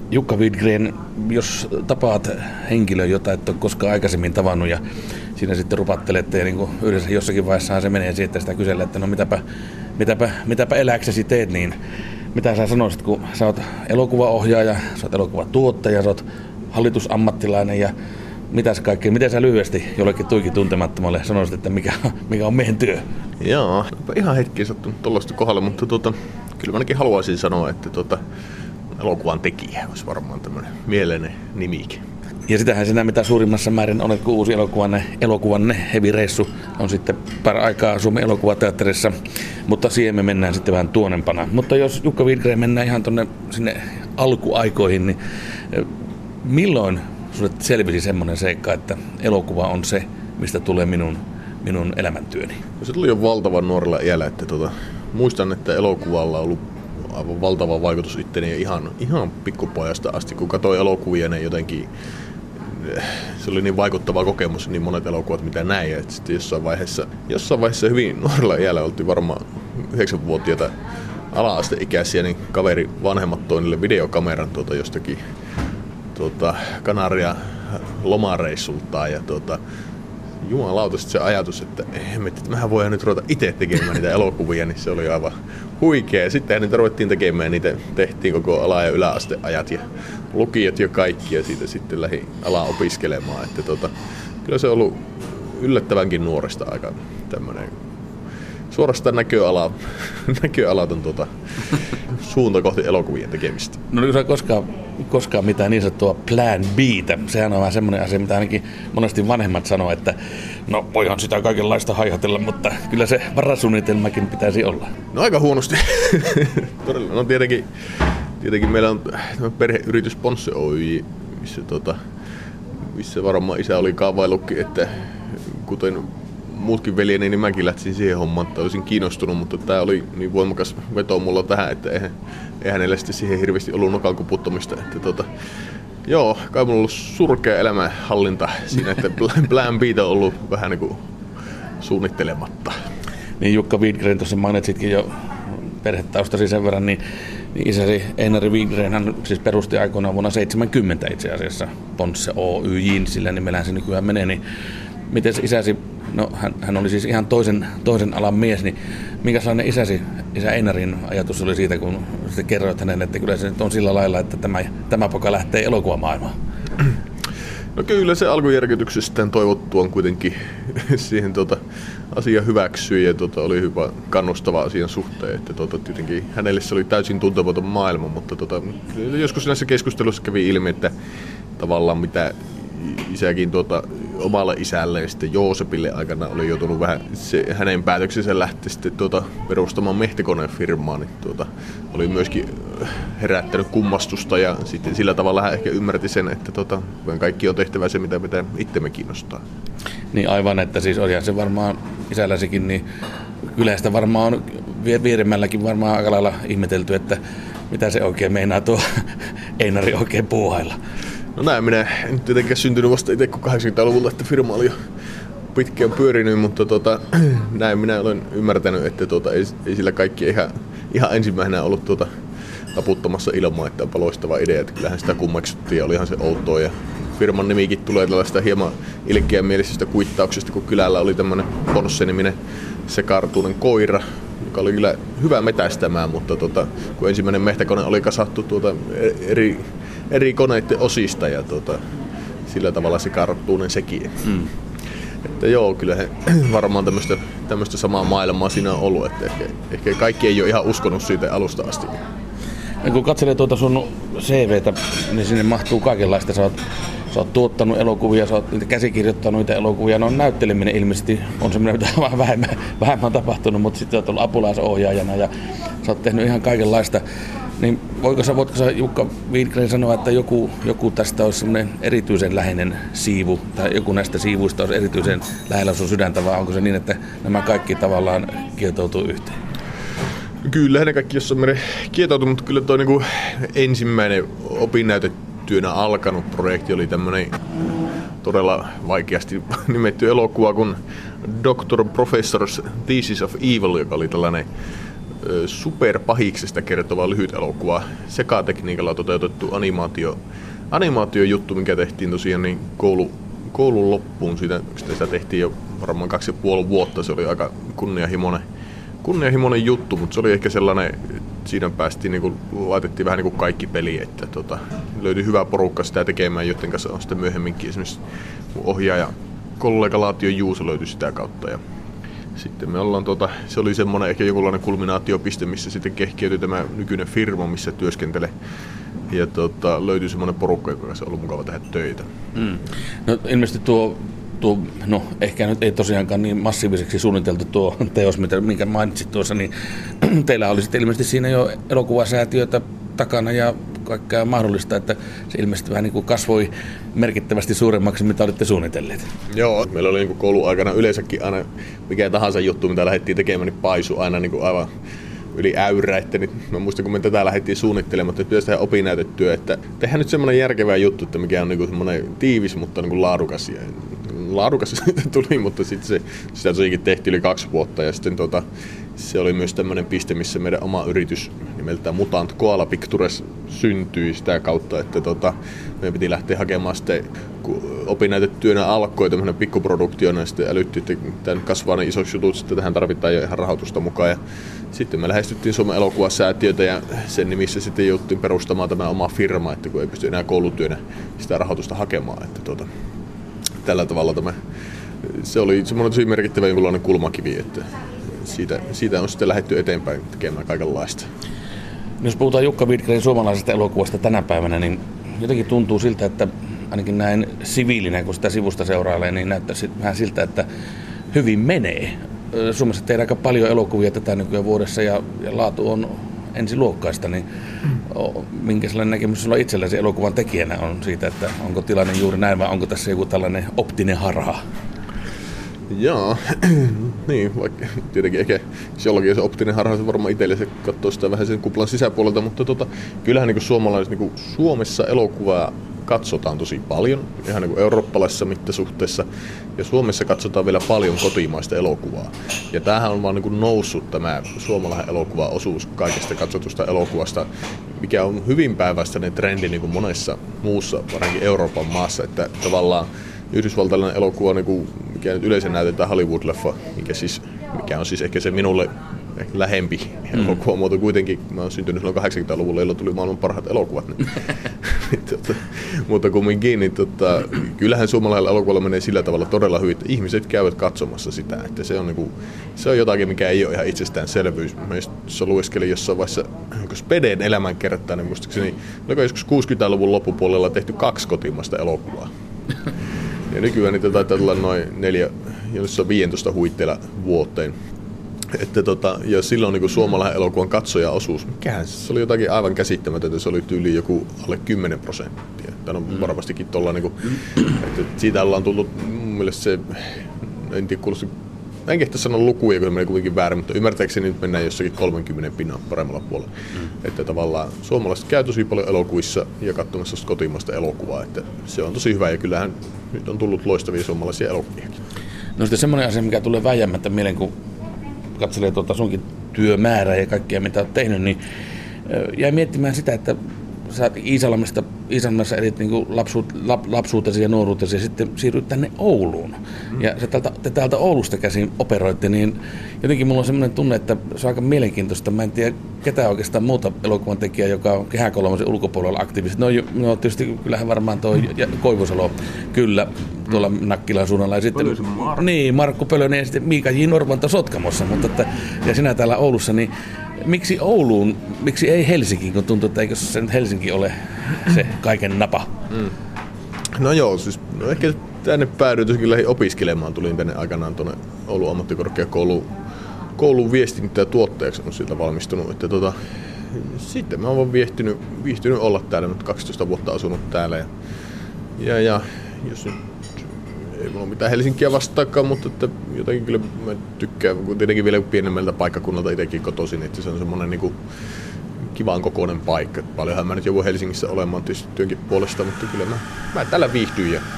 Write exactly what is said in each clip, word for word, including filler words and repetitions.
Jukka Widgren, jos tapaat henkilön, jota et ole koskaan aikaisemmin tavannut ja siinä sitten rupattelette ja niin kuin yhdessä jossakin vaiheessa se menee siitä sitä kysellä, että no mitäpä, mitäpä, mitäpä eläksesi teet, niin mitä sä sanoisit, kun sä oot elokuvaohjaaja, sä oot elokuvatuottaja, sä oot hallitusammattilainen ja mitäs kaikkea, miten sä lyhyesti jollekin tuikin tuntemattomalle sanoisit, että mikä, mikä on meidän työ? Joo, ihan hetki sattunut tuollaista kohdalle, mutta tuota, kyllä mä ainakin haluaisin sanoa, että tuota, elokuvan tekijä olisi varmaan tämmöinen mieleinen nimikin. Ja sitähän sinä mitä suurimmassa määrin olet, kun uusi elokuvanne, elokuvanne Heavy Reissu on sitten paraikaa Suomen elokuvateatterissa, mutta siihen me mennään sitten vähän tuonempana. Mutta jos Jukka Widgren mennään ihan tuonne sinne alkuaikoihin, niin milloin sulle selvisi semmoinen seikka, että elokuva on se, mistä tulee minun, minun elämäntyöni? Se tuli jo valtavan nuorella iällä, että tuota, muistan, että elokuvalla on ollut aivan valtava vaikutus itteni ihan, ihan pikkupojasta asti, kun katsoin elokuvia, ne jotenkin, se oli niin vaikuttava kokemus, niin monet elokuvat mitä näin, että sitten jossain vaiheessa, jossain vaiheessa hyvin nuorella iällä oltiin varmaan yhdeksänvuotiaita ala-asteikäisiä, niin kaveri vanhemmat toi niille videokameran tuota jostakin tuota, Kanaria lomareissultaan ja tuota, jumalauta se ajatus, että että mehän voidaan nyt ruveta itse tekemään niitä elokuvia, niin se oli aivan huikea. Sitten niitä ruvettiin tekemään, niitä tehtiin koko ala- ja yläasteajat ja lukijat ja kaikki ja siitä sitten lähdin alaa opiskelemaan. Että tuota, kyllä se on ollut yllättävänkin nuoresta aika tämmöinen suorastaan näköala, näköalaton tuota, suunta kohti elokuvien tekemistä. No oliko koskaan, koskaan mitään niin sanottua plan B:tä? Sehän on vähän semmoinen asia, mitä ainakin monesti vanhemmat sanoo, että no voihan sitä kaikenlaista haihatella, mutta kyllä se varasuunnitelmakin pitäisi olla. No aika huonosti. Todella. No tietenkin, tietenkin meillä on perheyritys Ponsse Oy, missä, tota, missä varmaan isä oli kaavaillutkin, että kuten muutkin veljeni, niin mäkin lähtisin siihen hommaan, että olisin kiinnostunut, mutta tämä oli niin voimakas veto mulla tähän, että eihän, eihän hänellä sitten siihen hirveästi ollut nokan kuputtamista. Että tota, joo, kai mulla on ollut surkea elämänhallinta siinä, että plan B:tä on ollut vähän niin kuin suunnittelematta. Niin Jukka Widgren, tuossa mainitsitkin jo perhetaustasi sen verran, niin, niin isäsi Einari Widgren, hän siis perusti aikoinaan vuonna seitsemänkymmentä itse asiassa Ponsse Oyjin, sillä nimellähän se nykyään menee, niin miten isäsi, no hän, hän oli siis ihan toisen, toisen alan mies, niin minkälainen isäsi, isä Einarin ajatus oli siitä, kun sitten kerroit hänelle, että kyllä se nyt on sillä lailla, että tämä, tämä poka lähtee elokuvamaailmaan? No kyllä se alkujärkytyksestä toivottuaan kuitenkin siihen tuota, asia hyväksyi ja tuota, oli hyvä kannustava asian suhteen, että tuota, tietenkin hänelle se oli täysin tuntematon maailma, mutta tuota, joskus näissä keskusteluissa kävi ilmi, että tavallaan mitä isäkin tuota, omalle isälleen sitten Joosepille aikana oli joutunut vähän, se, hänen päätöksensä lähti sitten tuota, perustamaan mehtikonefirmaa, niin tuota, oli myöskin herättänyt kummastusta ja sitten sillä tavalla hän ehkä ymmärti sen, että tuota, kaikki on tehtävä se, mitä pitää itsemme kiinnostaa. Niin aivan, että siis olihan se varmaan isälläsikin, niin yleistä varmaan on vieremmälläkin varmaan aika lailla ihmetelty, että mitä se oikein meinaa tuo Einari oikein puuhailla. No näin, minä en nyt tietenkään syntynyt vasta itse kuin kahdeksankymmentäluvulla, että firma oli jo pitkään pyörinyt, mutta tota, näin minä olen ymmärtänyt, että tota, ei, ei sillä kaikki ihan, ihan ensimmäisenä ollut tuota, taputtamassa ilmaa, että onpa loistava idea, että kyllähän sitä kummeksuttiin ja olihan se outoa. Ja firman nimikin tulee tällaista hieman ilkeämielisestä kuittauksesta, kun kylällä oli tämmöinen Ponsse-niminen sekartuinen koira, joka oli kyllä hyvä metästämään, mutta tota, kun ensimmäinen mehtäkone oli kasattu tuota eri eri koneiden osista ja tuota, sillä tavalla se karttuunen sekin. Mm. Että joo, kyllä he varmaan tämmöistä, tämmöistä samaa maailmaa siinä on ollut, että ehkä, ehkä kaikki ei ole ihan uskonut siitä alusta asti. Ja kun katselee tuota sun C V:tä, niin sinne mahtuu kaikenlaista. Sä oot, sä oot tuottanut elokuvia, sä oot niitä käsikirjoittanut niitä elokuvia. No näytteleminen ilmeisesti on semmoinen, mitä vähän vähemmän, vähemmän tapahtunut, mutta sitten oot ollut apulaisohjaajana ja sä oot tehnyt ihan kaikenlaista. Niin voiko sä, voitko sä Jukka Widgren sanoa, että joku, joku tästä olisi semmoinen erityisen läheinen siivu, tai joku näistä siivuista olisi erityisen lähellä sun sydäntä, vai onko se niin, että nämä kaikki tavallaan kietoutuu yhteen? Kyllä ne kaikki jossain määrin kietoutuu, mutta kyllä tuo niinku ensimmäinen opinnäytetyönä alkanut projekti oli tämmöinen todella vaikeasti nimetty elokuva kuin Doctor Professor's Thesis of Evil, joka oli tällainen superpahiksesta kertova lyhyt elokuva. Sekatekniikalla toteutettu animaatio, animaatiojuttu, mikä tehtiin tosiaan niin koulu, koulun loppuun. Sitä, sitä tehtiin jo varmaan kaksi ja puoli vuotta. Se oli aika kunnianhimoinen, kunnianhimoinen juttu, mutta se oli ehkä sellainen, siinä päästiin, niin kuin, laitettiin vähän niin kuin kaikki peli, että tota, löytyi hyvä porukka sitä tekemään, joten kanssa on sitten myöhemminkin esimerkiksi mun ohjaaja, kollega Laatio Juuso löytyi sitä kautta. Ja sitten me ollaan, tota, se oli semmoinen ehkä jonkunlainen kulminaatiopiste, missä sitten kehkeytyi tämä nykyinen firma, missä työskentelee. Ja tota, löytyi semmoinen porukka, joka on ollut mukava tehdä töitä. Mm. No ilmeisesti tuo, tuo, no ehkä nyt ei tosiaankaan niin massiiviseksi suunniteltu tuo teos, minkä mainitsit tuossa, niin teillä oli sitten ilmeisesti siinä jo elokuvasäätiötä takana ja kaikkea mahdollista, että se ilmeisesti vähän niin kuin kasvoi merkittävästi suuremmaksi, mitä olitte suunnitelleet. Joo, meillä oli niin kuin kouluaikana yleensäkin aina mikä tahansa juttu, mitä lähdettiin tekemään, niin paisu aina niin kuin aivan yli äyräitten. Niin mä muistan, kun me tätä lähdettiin suunnittelemaan, että pitäisi tehdä opinnäytetyö, että tehdään nyt semmoinen järkevä juttu, että mikä on niin kuin semmoinen tiivis, mutta niin kuin laadukas. Ja laadukas tuli, mutta sitten se, sitä tosiaankin tehtiin yli kaksi vuotta ja sitten tota, se oli myös tämmöinen piste, missä meidän oma yritys nimeltään Mutant Koala Pictures syntyi sitä kautta, että tota, meidän piti lähteä hakemaan sitten, kun opinnäytetyönä alkoi tämmöinen pikkuproduktiona ja sitten älyttiin, että tämä kasvaa ne isoksi jutut, sitten tähän tarvitaan jo ihan rahoitusta mukaan. Ja sitten me lähestyttiin Suomen elokuvasäätiötä ja sen nimissä sitten jouttiin perustamaan tämä oma firma, että kun ei pysty enää koulutyönä sitä rahoitusta hakemaan. Että tota, tällä tavalla tämä, se oli semmoinen tosi merkittävä jonkunlainen kulmakivi, että siitä, siitä on sitten lähdetty eteenpäin tekemään kaikenlaista. Jos puhutaan Jukka Widgrenin suomalaisesta elokuvasta tänä päivänä, niin jotenkin tuntuu siltä, että ainakin näin siviilinä, kun sitä sivusta seurailee, niin näyttää vähän siltä, että hyvin menee. Suomessa tehdään aika paljon elokuvia tätä nykyään vuodessa ja, ja laatu on ensiluokkaista, niin minkä sellainen näkemys sulla itselläsi elokuvan tekijänä on siitä, että onko tilanne juuri näin vai onko tässä joku tällainen optinen harha? Joo, niin, vaikka tietenkin ehkä jollakin se optinen harha se varmaan itselle se katsoo sitä vähän sen kuplan sisäpuolelta, mutta tota, kyllähän niin kuin suomalaiset, niin kuin Suomessa elokuvaa katsotaan tosi paljon, ihan niin kuin eurooppalaisessa mittasuhteessa, ja Suomessa katsotaan vielä paljon kotimaista elokuvaa. Ja tämähän on vaan niin kuin noussut tämä suomalainen elokuvaosuus kaikesta katsotusta elokuvasta, mikä on hyvin päinvastainen trendi niin kuin monessa muussa, varsinkin Euroopan maassa, että tavallaan yhdysvaltalainen elokuva, niin kuin, mikä nyt yleensä näytetään Hollywood-leffa, mikä, siis, mikä on siis ehkä se minulle lähempi mm. elokuvamuoto kuitenkin. Mä oon syntynyt silloin kahdeksankymmentäluvulla, jolloin tuli maailman parhaat elokuvat. Niin. tota, mutta kumminkin, niin tota, kyllähän suomalaisella elokuvalla menee sillä tavalla todella hyvin, että ihmiset käyvät katsomassa sitä. Että se, on niinku, se on jotakin, mikä ei ole ihan itsestäänselvyys. Mä just lueskelin jossain vaiheessa Speden elämänkertaa, niin muistaakseni oliko joskus kuusikymmentäluvun loppupuolella tehty kaksi kotimaista elokuvaa. Ja nykyään niitä taitaa tulla noin neljä, jossain viisitoista huitteilla vuoteen. Että tota, ja silloin niin suomalaisen elokuvan katsojaosuus, mikähän se oli jotakin aivan käsittämätöntä, se oli tyyli joku alle kymmenen prosenttia. Tämä on mm. varmastikin tuolla, niin kuin, että siitä ollaan tullut, mun mielestä se, en tiedä kuulosti, en kehtä sanoa lukuja, kun menee kuitenkin väärin, mutta ymmärtääkseni nyt mennään jossakin kolmenkymmenen pinnan paremmalla puolella. Mm. Että tavallaan suomalaiset käy tosi paljon elokuvissa ja katsomassa kotimaista elokuvaa, että se on tosi hyvä ja kyllähän nyt on tullut loistavia suomalaisia elokuviakin. No sitten semmoinen asia, mikä tulee väijämättä mieleen, kun katselee tuota sunkin työmäärää ja kaikkea, mitä olet tehnyt, niin jäi miettimään sitä, että sä Iisalmesta, Iisalmessa edit niin lapsuut, lap, lapsuutesi ja nuoruutesi ja sitten siirryt tänne Ouluun. Mm. Ja sä täältä, te täältä Oulusta käsin operoitte, niin jotenkin mulla on semmoinen tunne, että se on aika mielenkiintoista. Mä en tiedä ketään oikeastaan muuta elokuvan tekijää, joka on Kehä kolmosen ulkopuolella aktiivisesti. No, no tietysti kyllähän varmaan tuo Koivusalo kyllä tuolla Nakkilan suunnalla. Ja sitten, Markku. Niin, Markku Pölönen ja sitten Miika J. Norvanta Sotkamossa. Mutta että, ja sinä täällä Oulussa, niin miksi Ouluun, miksi ei Helsinkiin, kun tuntuu, että eikö se nyt Helsinki ole se kaiken napa? Mm. No joo, siis no ehkä tänne päädyin kyllä opiskelemaan. Tulin tänne aikanaan tuonne Oulun ammattikorkeakouluun koulun viestintä ja tuottajaksi on siltä valmistunut. Että tota, sitten mä oon vaan viehtynyt, viihtynyt olla täällä, nyt kaksitoista vuotta asunut täällä. Ja, ja, ja jos nyt ei mulla ole mitään Helsinkiä vastaakaan, mutta että jotenkin kyllä mä tykkään tietenkin vielä pienemmältä paikkakunnalta itsekin kotoisin, että se on semmoinen niin kuin kivan kokoinen paikka. Paljonhan mä nyt joudun Helsingissä olemaan tietysti työnkin puolesta, mutta kyllä mä, mä täällä viihdyin. Ja,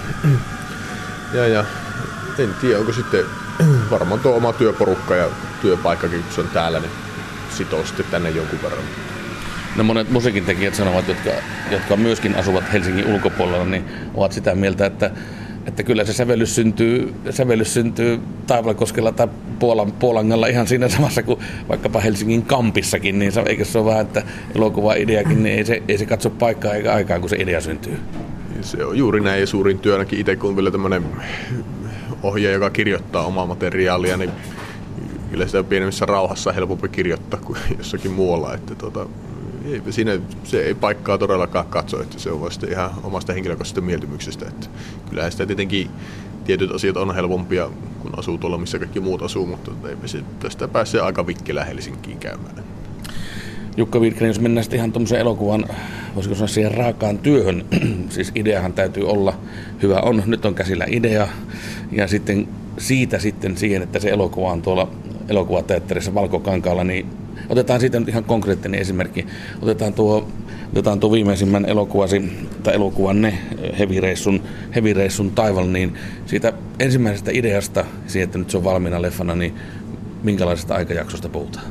ja, ja en tiedä, onko sitten varmaan tuo oma työporukka ja työpaikkakin, kun se on täällä, niin sitoo sitten tänne jonkun verran. No monet musiikintekijät sanovat, jotka, jotka myöskin asuvat Helsingin ulkopuolella, niin ovat sitä mieltä, että, että kyllä se sävellys syntyy, sävellys syntyy Taivalkoskella tai Puolan, Puolangalla ihan siinä samassa kuin vaikkapa Helsingin Kampissakin, niin se, eikö se ole vähän, että elokuva-ideakin, niin ei se, ei se katso paikkaa eikä aikaa, kun se idea syntyy. Se on juuri näin, ja suurin työ ainakin itse, kun on vielä tämmöinen ohjaaja, joka kirjoittaa omaa materiaalia, niin kyllä sitä pienemmissä rauhassa helpompi kirjoittaa kuin jossakin muualla. Että tota, ei, siinä se ei paikkaa todellakaan katso, että se on vasta ihan omasta henkilökohtaisesta mieltymyksestä. Että kyllähän sitä tietenkin tietyt asiat on helpompia, kun asuu tuolla, missä kaikki muut asuu, mutta eipä se tästä pääsee aika vikkelä Helsinkiin käymään. Jukka Virkkänen, jos mennään sitten ihan tuommoisen elokuvan, voisiko sanoa siihen raakaan työhön, siis ideahan täytyy olla, hyvä on, nyt on käsillä idea, ja sitten siitä sitten siihen, että se elokuva on tuolla elokuvateatterissa Valkokankaalla, niin otetaan siitä nyt ihan konkreettinen esimerkki. Otetaan tuo, otetaan tuo viimeisimmän elokuvasi, tai elokuvanne, Hevireissun, Hevireissun taival, niin siitä ensimmäisestä ideasta, siihen, että nyt se on valmiina leffana, niin minkälaisesta aikajaksosta puhutaan?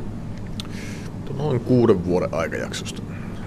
Noin kuuden vuoden aikajaksosta.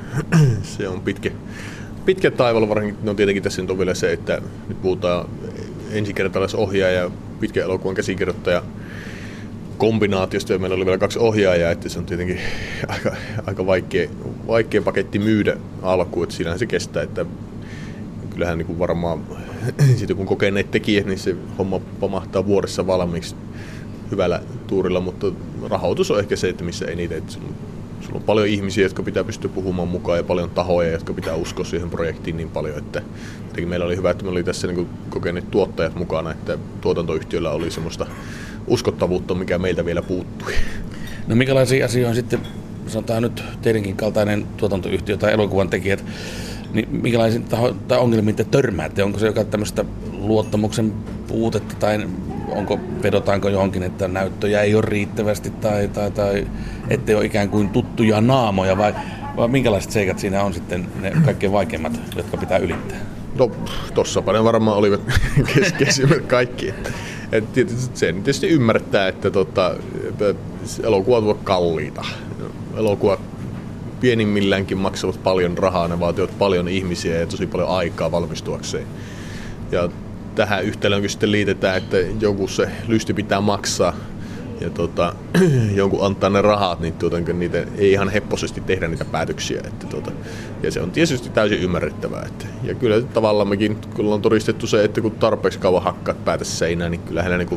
Se on pitkä, pitkä taival, varsinkin no tietenkin tässä nyt on vielä se, että nyt puhutaan ensikertalaisohjaaja ja pitkän elokuvan käsikirjoittaja kombinaatiosta, ja meillä oli vielä kaksi ohjaajaa, että se on tietenkin aika, aika vaikea, vaikea paketti myydä alkuun, että siinähän se kestää, että kyllähän niin kuin varmaan siitä kun kokeneet tekijät, niin se homma pamahtaa vuodessa valmiiksi hyvällä tuurilla, mutta rahoitus on ehkä se, että missä eniten. Että sulla on paljon ihmisiä, jotka pitää pystyä puhumaan mukaan, ja paljon tahoja, jotka pitää uskoa siihen projektiin niin paljon, että meillä oli hyvä, että meillä oli tässä niin kuin kokeneet tuottajat mukana, että tuotantoyhtiöllä oli semmoista uskottavuutta, mikä meiltä vielä puuttui. No minkälaisia asioita sitten, sanotaan nyt teidänkin kaltainen tuotantoyhtiö tai elokuvan tekijät, niin minkälaisiin taho- tai ongelmiin te törmäätte? Onko se joka tämmöistä luottamuksen puutetta tai onko, vedotaanko johonkin, että näyttöjä ei ole riittävästi tai, tai, tai ettei ole ikään kuin tuttuja naamoja vai, vai minkälaiset seikat siinä on sitten ne kaikkein vaikeimmat, jotka pitää ylittää? No tossapa ne varmaan olivat keskeisimmät kaikki. Että, et, sen tietysti ymmärtää, että tota, elokuvat ovat kalliita. Elokuvat pienimmilläänkin maksavat paljon rahaa, ne vaativat paljon ihmisiä ja tosi paljon aikaa valmistuakseen. Ja tähän yhtälöön sitten liitetään, että jonkun se lysti pitää maksaa ja tota, jonkun antaa ne rahat, niin tuota, niitä ei ihan hepposesti tehdä niitä päätöksiä. Että tuota, ja se on tietysti täysin ymmärrettävää. Että, ja kyllä tavallaan mekin kyllä on todistettu se, että kun tarpeeksi kauan hakkaat päätä seinään, niin kyllähän niin kuin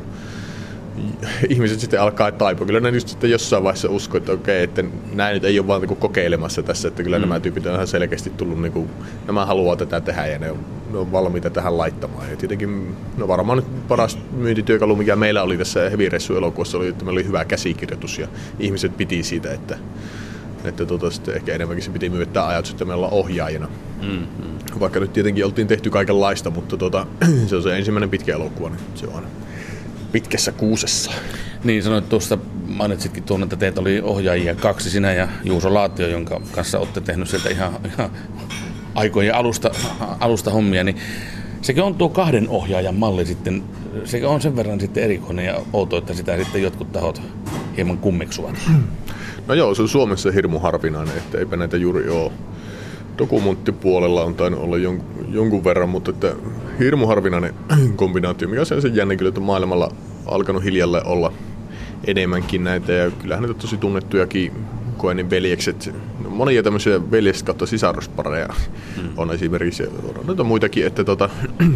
ihmiset sitten alkaa taipua. Kyllä ne just sitten jossain vaiheessa uskoo, että okei, että nämä nyt ei ole vaan niin kokeilemassa tässä, että kyllä mm. nämä tyypit on ihan selkeästi tullut, niin kuin, nämä haluaa tätä tehdä ja ne on, ne on valmiita tähän laittamaan. Ja tietenkin, no varmaan nyt paras myyntityökalu, mikä meillä oli tässä Hevireissun elokuvassa, oli, että meillä oli hyvä käsikirjoitus ja ihmiset piti siitä, että, että tuota, sitten ehkä enemmänkin se piti myyttää ajatus, että me ollaan ohjaajina. Mm-hmm. Vaikka nyt tietenkin oltiin tehty kaikenlaista, mutta tuota, se on se ensimmäinen pitkä elokuva, niin se on pitkässä kuusessa. Niin sanoit tuosta, mainitsitkin tuon, että teitä oli ohjaajia kaksi, sinä ja Juuso Laatio, jonka kanssa olette tehnyt sieltä ihan, ihan aikojen alusta, alusta hommia, niin sekin on tuo kahden ohjaajan malli sitten, sekin on sen verran sitten erikoinen ja outo, että sitä sitten jotkut tahot hieman kummeksuvat. No joo, se on Suomessa hirmu harvinainen, että eipä näitä juuri ole. Dokumenttipuolella on tainnut olla jonkun, jonkun verran, mutta että hirmu harvinainen kombinaatio, mikä on sen jännä kyllä, että maailmalla alkanut hiljalleen olla enemmänkin näitä, ja kyllähän näitä tosi tunnettujakin Coenin veljekset, monia tämmöisiä veljes kautta sisaruspareja mm. on esimerkiksi, on näitä muitakin, että tota,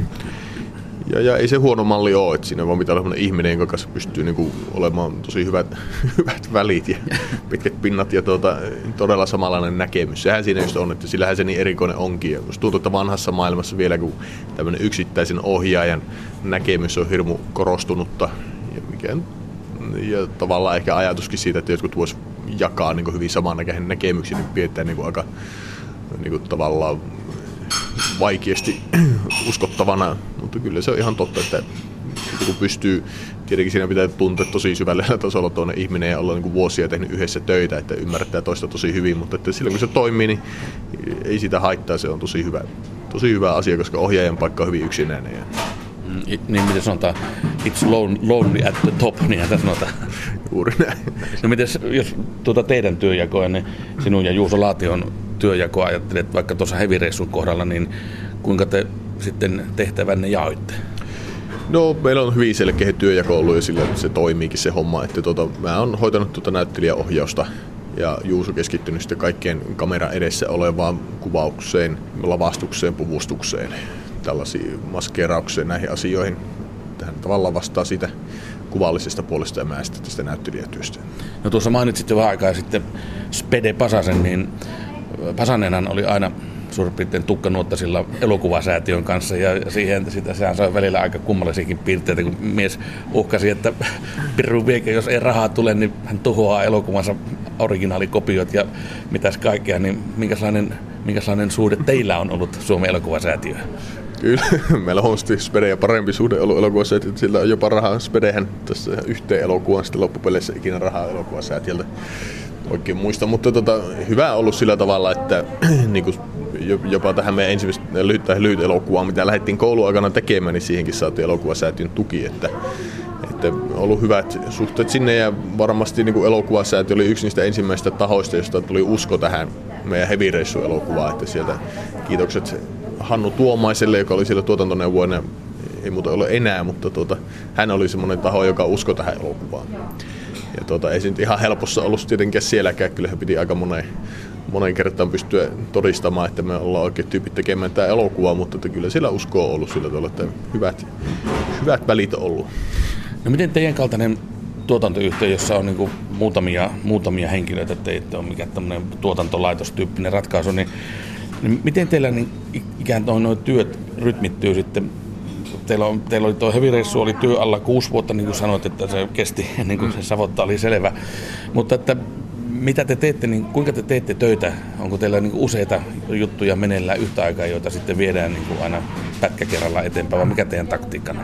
ja, ja ei se huono malli ole, että siinä vaan pitää olla ihminen, jonka kanssa pystyy niinku olemaan tosi hyvät, hyvät välit ja pitkät pinnat ja tuota, todella samanlainen näkemys. Sehän siinä just on, että sillähän se niin erikoinen onkin. Ja tuntuu, että vanhassa maailmassa vielä, kun tämmöinen yksittäisen ohjaajan näkemys on hirmu korostunutta. Ja, mikä, ja tavallaan ehkä ajatuskin siitä, että jotkut vois jakaa niin hyvin samannäköisen näkemyksen, niin pidetään niin aika niin tavallaan vaikeasti uskottavana, mutta kyllä se on ihan totta, että kun pystyy, tietenkin siinä pitää tuntea tosi syvällä tasolla tuonne ihminen ja olla niin kuin vuosia tehnyt yhdessä töitä, että ymmärtää toista tosi hyvin, mutta että silloin kun se toimii, niin ei sitä haittaa, se on tosi hyvä, tosi hyvä asia, koska ohjaajan paikka on hyvin yksinäinen. Ja Niin miten sanotaan, it's lonely at the top, niin tässä sanotaan. Juuri näin. No miten jos tuota teidän työjakoa, niin sinun ja Juuso Laation työjakoa ajattelet vaikka tuossa hevireissun kohdalla, niin kuinka te sitten tehtävänne jaoitte? No, meillä on hyvin selkeä työjako ollut ja sillä se toimiikin se homma, että tuota, mä oon hoitanut tuota näyttelijäohjausta ja Juuso keskittynyt sitten kaikkien kameran edessä olevaan kuvaukseen, lavastukseen, puvustukseen, tällaisiin maskeeraukseen, näihin asioihin. Hän tavallaan vastaa siitä kuvallisesta puolesta ja mä sitten tästä näyttelijätyöstä. No tuossa mainitsit jo vähän aikaa sitten Spede Pasasen, niin Pasanenhan oli aina suurin piirtein tukkanuottasilla elokuvasäätiön kanssa ja siihen sitä sehän sai välillä aika kummallisiakin piirteitä, kun mies uhkasi, että Pirru Vieke, jos ei rahaa tule, niin hän tuhoaa elokuvansa originaalikopiot ja mitäs kaikkea, niin minkälainen, minkälainen suhde teillä on ollut Suomen elokuvasäätiöön? Kyllä, meillä on huonosti Spede ja parempi suhde ollut elokuvasäätiöltä, että sillä on jopa rahaa. Spedehän tässä yhteen elokuvaan sitten loppupeleissä ikinä rahaa elokuvasäätiöltä. Oikein muista, mutta tota, hyvä on ollut sillä tavalla, että niin kuin jopa tähän meidän ensimmäistä lyhyt, lyhyt elokuvaan, mitä lähdettiin kouluaikana tekemään, niin siihenkin saatiin elokuvasäätiön tuki. Että, että on ollut hyvät suhteet sinne ja varmasti niin kuin elokuvasäätiö oli yksi niistä ensimmäisistä tahoista, josta tuli usko tähän meidän hevireissu-elokuvaan. Että sieltä kiitokset Hannu Tuomaiselle, joka oli siellä tuotantoneuvoina, ei muuta ole enää, mutta tuota, hän oli semmoinen taho, joka uskoi tähän elokuvaan. Ja tuota, ei se nyt ihan helpossa ollut tietenkään sielläkään, kyllähän piti aika monen, monen kertaan pystyä todistamaan, että me ollaan oikein tyypit tekemään tämä elokuva, mutta että kyllä siellä uskoa on ollut sillä tavalla, että hyvät, hyvät välit on ollut. No miten teidän kaltainen tuotantoyhtiö, jossa on niin muutamia, muutamia henkilöitä, että ei ole mikään tämmöinen tuotantolaitostyyppinen ratkaisu, niin, niin miten teillä niin ikään kuin nuo työt rytmittyy sitten? Teillä, on, teillä oli tuo hevireissu, oli työ alla kuusi vuotta, niin kuin sanoit, että se kesti ennen kuin se savotta oli selvä. Mutta että mitä te teette, niin kuinka te teette töitä? Onko teillä niin kuin useita juttuja meneillään yhtä aikaa, joita sitten viedään niin kuin aina pätkä kerrallaan eteenpäin, vai mikä teidän taktiikkana on?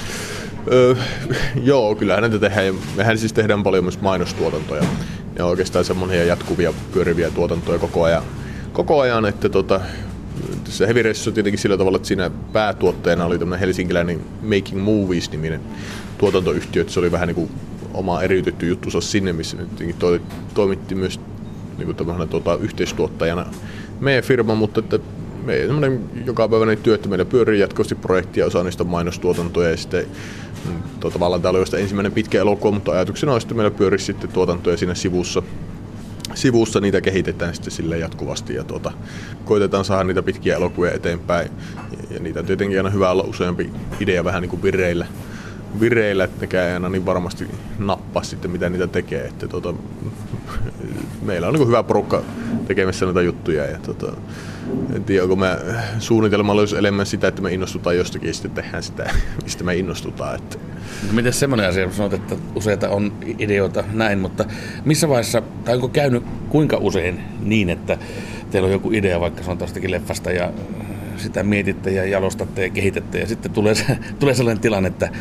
Öö, joo, kyllähän näitä tehdään. Mehän siis tehdään paljon myös mainostuotantoja. Ja oikeastaan semmoisia jatkuvia pyöriviä tuotantoja koko ajan. Koko ajan, että tota, tässä hevireissussa on tietenkin sillä tavalla, että siinä päätuotteena oli tämmöinen helsinkiläinen Making Movies-niminen tuotantoyhtiö, että se oli vähän niin kuin oma eriytetty juttusa sinne, missä nyt toi, toimitti myös niin kuin tämmöisenä tuota, yhteistuottajana meidän firma, mutta että meidän semmoinen jokapäiväinen työ, että meillä pyörii jatkuvasti projektia, osa niistä mainostuotantoja ja sitten tuo, tavallaan tämä oli vasta ensimmäinen pitkä elokuva, mutta ajatuksena on, että meillä pyörii sitten tuotantoja siinä sivussa. Sivussa niitä kehitetään sitten silleen jatkuvasti ja tuota, koitetaan saada niitä pitkiä elokuvia eteenpäin. Ja, ja niitä on tietenkin aina hyvä olla useampi idea vähän niin kuin vireillä, vireillä että nekään ei aina niin varmasti nappaa sitten mitä niitä tekee. Että tuota, meillä on niin kuin hyvä porukka tekemässä näitä juttuja ja tuota, en tiedä, onko me suunnitelmalla olisi enemmän sitä, että me innostutaan jostakin ja sitten tehdään sitä, mistä me innostutaan. Että. No miten semmoinen asia, sanoit, että useita on ideoita näin, mutta missä vaiheessa, tai onko käynyt kuinka usein niin, että teillä on joku idea vaikka sanotaan jostakin leffasta ja sitä mietitte ja jalostatte ja kehitätte ja sitten tulee, tulee sellainen tilanne, että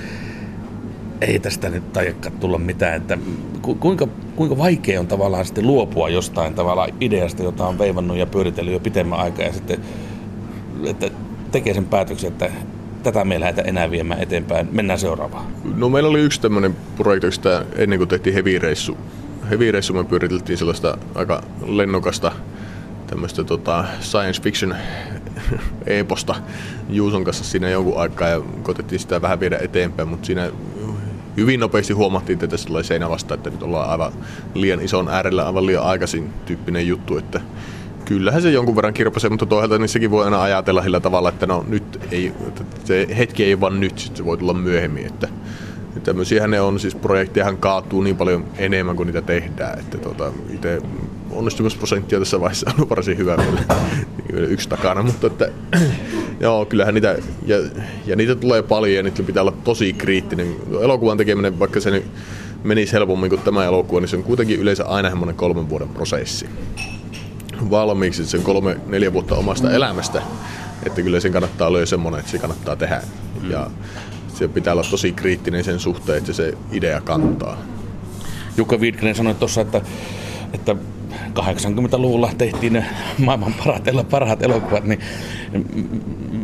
ei tästä nyt taidakka tulla mitään, että kuinka, kuinka vaikea on tavallaan sitten luopua jostain tavallaan ideasta, jota on veivannut ja pyöritellyt jo pitemmän aikaa ja sitten että tekee sen päätöksen, että tätä me ei lähdetä enää viemään eteenpäin, mennään seuraavaan. No meillä oli yksi tämmöinen projekti, ennen kuin tehtiin hevireissu. Hevireissu me pyöriteltiin sellaista aika lennokasta tämmöistä tota, science fiction eposta Juuson kanssa siinä jonkun aikaa ja koitettiin sitä vähän viedä eteenpäin, mutta siinä hyvin nopeasti huomattiin, että tässä tulee seinä vasta, että nyt ollaan aivan liian ison äärellä, aivan liian aikaisin tyyppinen juttu, että kyllähän se jonkun verran kirpasee, mutta toisaalta niin sekin voi aina ajatella sillä tavalla, että no nyt ei, että se hetki ei vaan nyt, sitten se voi tulla myöhemmin, että tämmöisiähän ne on, siis projektejahan kaatuu niin paljon enemmän kuin niitä tehdään, että tuota, itse onnistumisprosenttia tässä vaiheessa on varsin hyvä, yksi takana, mutta että joo, kyllähän niitä, ja, ja niitä tulee paljon ja niitä pitää olla tosi kriittinen. Elokuvan tekeminen, vaikka se menisi helpommin kuin tämä elokuva, niin se on kuitenkin yleensä aina semmoinen kolmen vuoden prosessi valmiiksi, sen kolme, neljä vuotta omasta elämästä, että kyllä sen kannattaa olla jo semmoinen, että se kannattaa tehdä. Ja se pitää olla tosi kriittinen sen suhteen, että se idea kantaa. Jukka Viidkinen sanoi tuossa, että, että kahdeksankymmentäluvulla tehtiin ne maailman parhaat, parhaat elokuvat, niin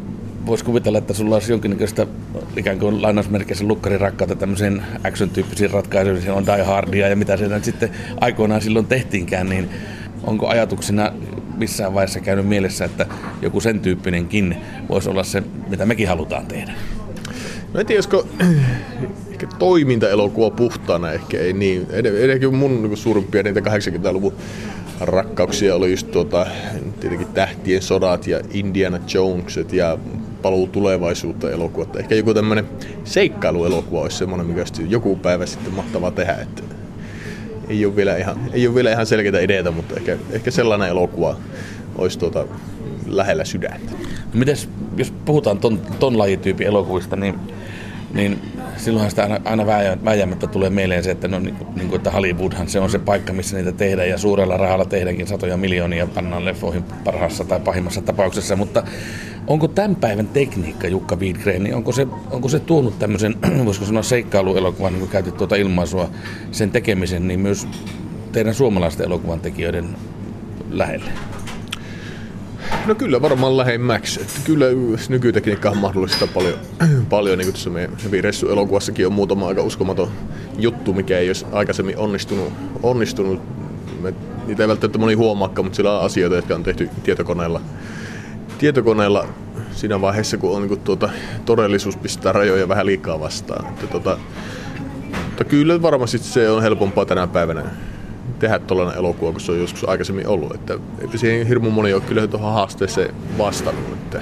voisi kuvitella, että sulla olisi jonkinnäköistä ikään kuin lainausmerkeissä lukkarirakkautta tämmöiseen action-tyyppisiin ratkaisuihin. Siellä on Die Hardia ja mitä siellä sitten aikoinaan silloin tehtiinkään, niin onko ajatuksena missään vaiheessa käynyt mielessä, että joku sen tyyppinenkin voisi olla se, mitä mekin halutaan tehdä? No en tiedä, josko ehkä toimintaelokuva puhtaana ehkä ei niin. Edenkin mun niin suurimpia niitä kahdeksankymmentäluvun rakkauksia oli just tuota, tietenkin Tähtien sodat ja Indiana Joneset ja Paluu tulevaisuutta elokuvat. Ehkä joku tämmöinen seikkailuelokuva olisi semmoinen, mikä joku päivä sitten mahtavaa tehdä. Että ei ole vielä ihan, ei ole vielä ihan selkeitä ideitä, mutta ehkä, ehkä sellainen elokuva olisi tuota lähellä sydäntä. No mites, jos puhutaan ton, ton lajityypin elokuvista, niin, niin silloinhan sitä aina, aina vääjäämättä tulee mieleen se, että, no, niin, niin kuin, että Hollywoodhan se on se paikka, missä niitä tehdään ja suurella rahalla tehdäänkin satoja miljoonia pannaan leffoihin parhaassa tai pahimmassa tapauksessa, mutta onko tämän päivän tekniikka, Jukka Widgren, niin onko se, onko se tuonut tämmöisen, voisiko sanoa seikkailuelokuvan, niin kuin käytit tuota ilmaisua, sen tekemisen, niin myös teidän suomalaisten elokuvan tekijöiden lähelle? No kyllä varmaan lähemmäksi. Että kyllä nykytekniikkahan mahdollistaa paljon, paljon niin kuin tuossa meidän Reissu-elokuvassakin on muutama aika uskomaton juttu, mikä ei olisi aikaisemmin onnistunut. onnistunut. Me, niitä ei välttämättä moni huomaakaan, mutta siellä on asioita, jotka on tehty tietokoneella. Tietokoneella siinä vaiheessa, kun on niin kuin tuota, todellisuus pistää rajoja vähän liikaa vastaan. Että, tuota, mutta kyllä varmasti se on helpompaa tänä päivänä tehdä tuollainen elokuva, kun se on joskus aikaisemmin ollut. Että, että siihen hirmu moni on kyllä tuohon haasteeseen vastannut. Että,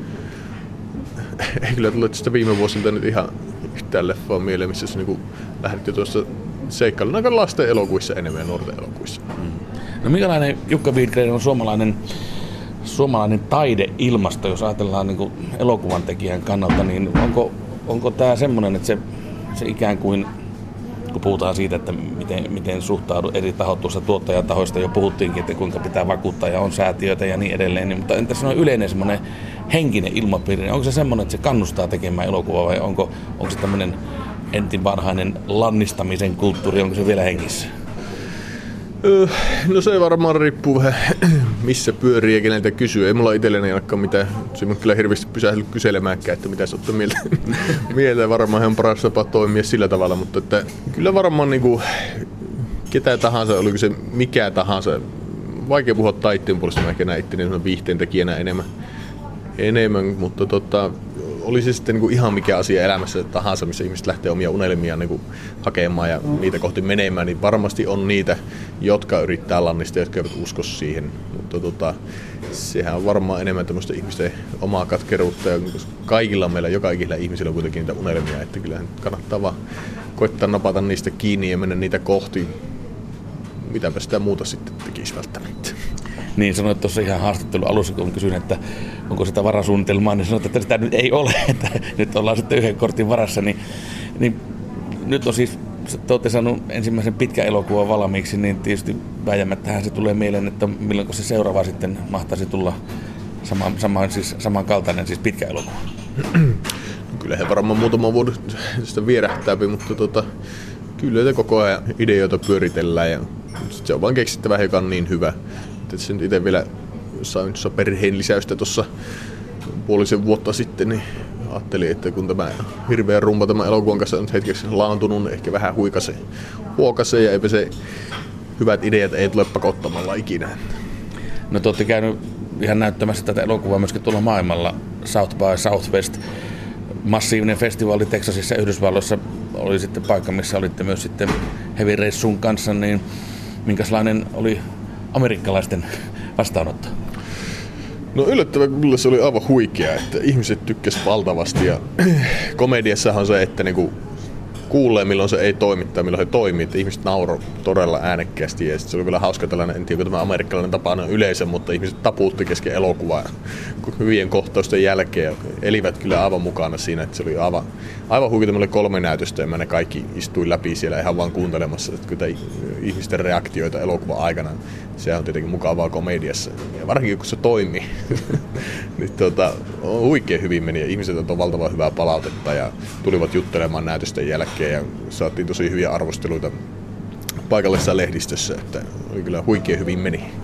ei kyllä tullut sitä viime vuosilta nyt ihan yhtään leffaa mieleen, missä se niin lähdit jo tuossa seikkailun aika lasten elokuvissa enemmän ja nuorten elokuvissa. Mm. No minkälainen Jukka Widgren on suomalainen, suomalainen taideilmasto, jos ajatellaan niin kuin elokuvan tekijän kannalta, niin onko, onko tämä semmoinen, että se, se ikään kuin kun puhutaan siitä, että miten, miten suhtaudu eri tahot tuossa tuottajatahoista, jo puhuttiinkin, että kuinka pitää vakuuttaa ja on säätiöitä ja niin edelleen, niin, mutta entä sanoa yleinen semmoinen henkinen ilmapiiri, onko se semmoinen, että se kannustaa tekemään elokuvaa vai onko, onko se tämmöinen entin vanhainen lannistamisen kulttuuri, onko se vielä hengissä? No se varmaan riippuu vähän missä pyörii ja keneltä kysyy. Ei mulla itselleni ainakaan mitään, se on kyllä hirveästi pysähdellyt kyselemäänkään, että mitä sä ottaa mieltä. mieltä. Varmaan on paras tapa toimia sillä tavalla, mutta että kyllä varmaan niinku ketä tahansa, oliko se mikä tahansa. Vaikea puhua taitteen puolesta, mä ehkä näin itteni viihteen tekijänä enemmän, enemmän mutta tota, oli se sitten niinku ihan mikä asia elämässä tahansa, missä ihmiset lähtee omia unelmia niinku hakemaan ja niitä kohti menemään, niin varmasti on niitä, jotka yrittää lannistaa, jotka eivät usko siihen. Mutta tota, sehän on varmaan enemmän tämmöistä ihmisten omaa katkeruutta ja kaikilla meillä, joka ikisellä ihmisellä on kuitenkin niitä unelmia, että kyllähän kannattaa vaan koittaa napata niistä kiinni ja mennä niitä kohti. Mitäpä sitä muuta sitten tekisi välttämättä. Niin sanoit tuossa ihan haastattelun alussa, kun kysyin, että onko sitä varasuunnitelmaa, niin sanoit, että sitä nyt ei ole, että nyt ollaan sitten yhden kortin varassa, niin, niin nyt on siis, te olette saanut ensimmäisen pitkän elokuvan valmiiksi, niin tietysti väijämättähän se tulee mieleen, että milloin se seuraava sitten mahtaisi tulla sama, sama, siis samankaltainen, siis pitkä elokuva. Kyllä he varmaan muutama vuoden sitä vierähtää, mutta tota, kyllä koko ajan ideoita pyöritellään ja se on vaan keksittävä, joka on niin hyvä. Että sen itse vielä sain perheen lisäystä tuossa puolisen vuotta sitten, niin ajattelin, että kun tämä hirveä rumpa tämän elokuvan kanssa on nyt hetkeksi laantunut, niin ehkä vähän huikase, huokase ja eipä se hyvät ideat ei tule pakottamalla ikinä. No te olette käynyt ihan näyttämässä tätä elokuvaa myöskin tuolla maailmalla, South by Southwest. Massiivinen festivaali Texasissa Yhdysvalloissa oli sitten paikka, missä olitte myös sitten Heavy Reissun kanssa, niin minkälainen oli amerikkalaisten vastaanotto? No yllättävän kyllä se oli aivan huikea, että ihmiset tykkäsivät valtavasti ja komediassahan on se, että niinku kuulee milloin se ei toimi tai milloin se toimii, että ihmiset nauroi todella äänekkäästi ja se oli kyllä hauska tällainen, en tiedä, tämä amerikkalainen tapa on yleensä, mutta ihmiset tapuutti kesken elokuvaa hyvien kohtausten jälkeen ja elivät kyllä aivan mukana siinä, että se oli aivan, aivan huikea, meillä oli kolme näytöstä ja mä ne kaikki istuin läpi siellä ihan vaan kuuntelemassa, että kyllä ihmisten reaktioita elokuvan aikana, sehän on tietenkin mukavaa komediassa ja varsinkin kun se toimii, niin tuota, huikea hyvin meni ja ihmiset on valtavan hyvää palautetta ja tulivat juttelemaan näytösten jälkeen ja saatiin tosi hyviä arvosteluita paikallisessa lehdistössä, että oli kyllä huikea hyvin meni.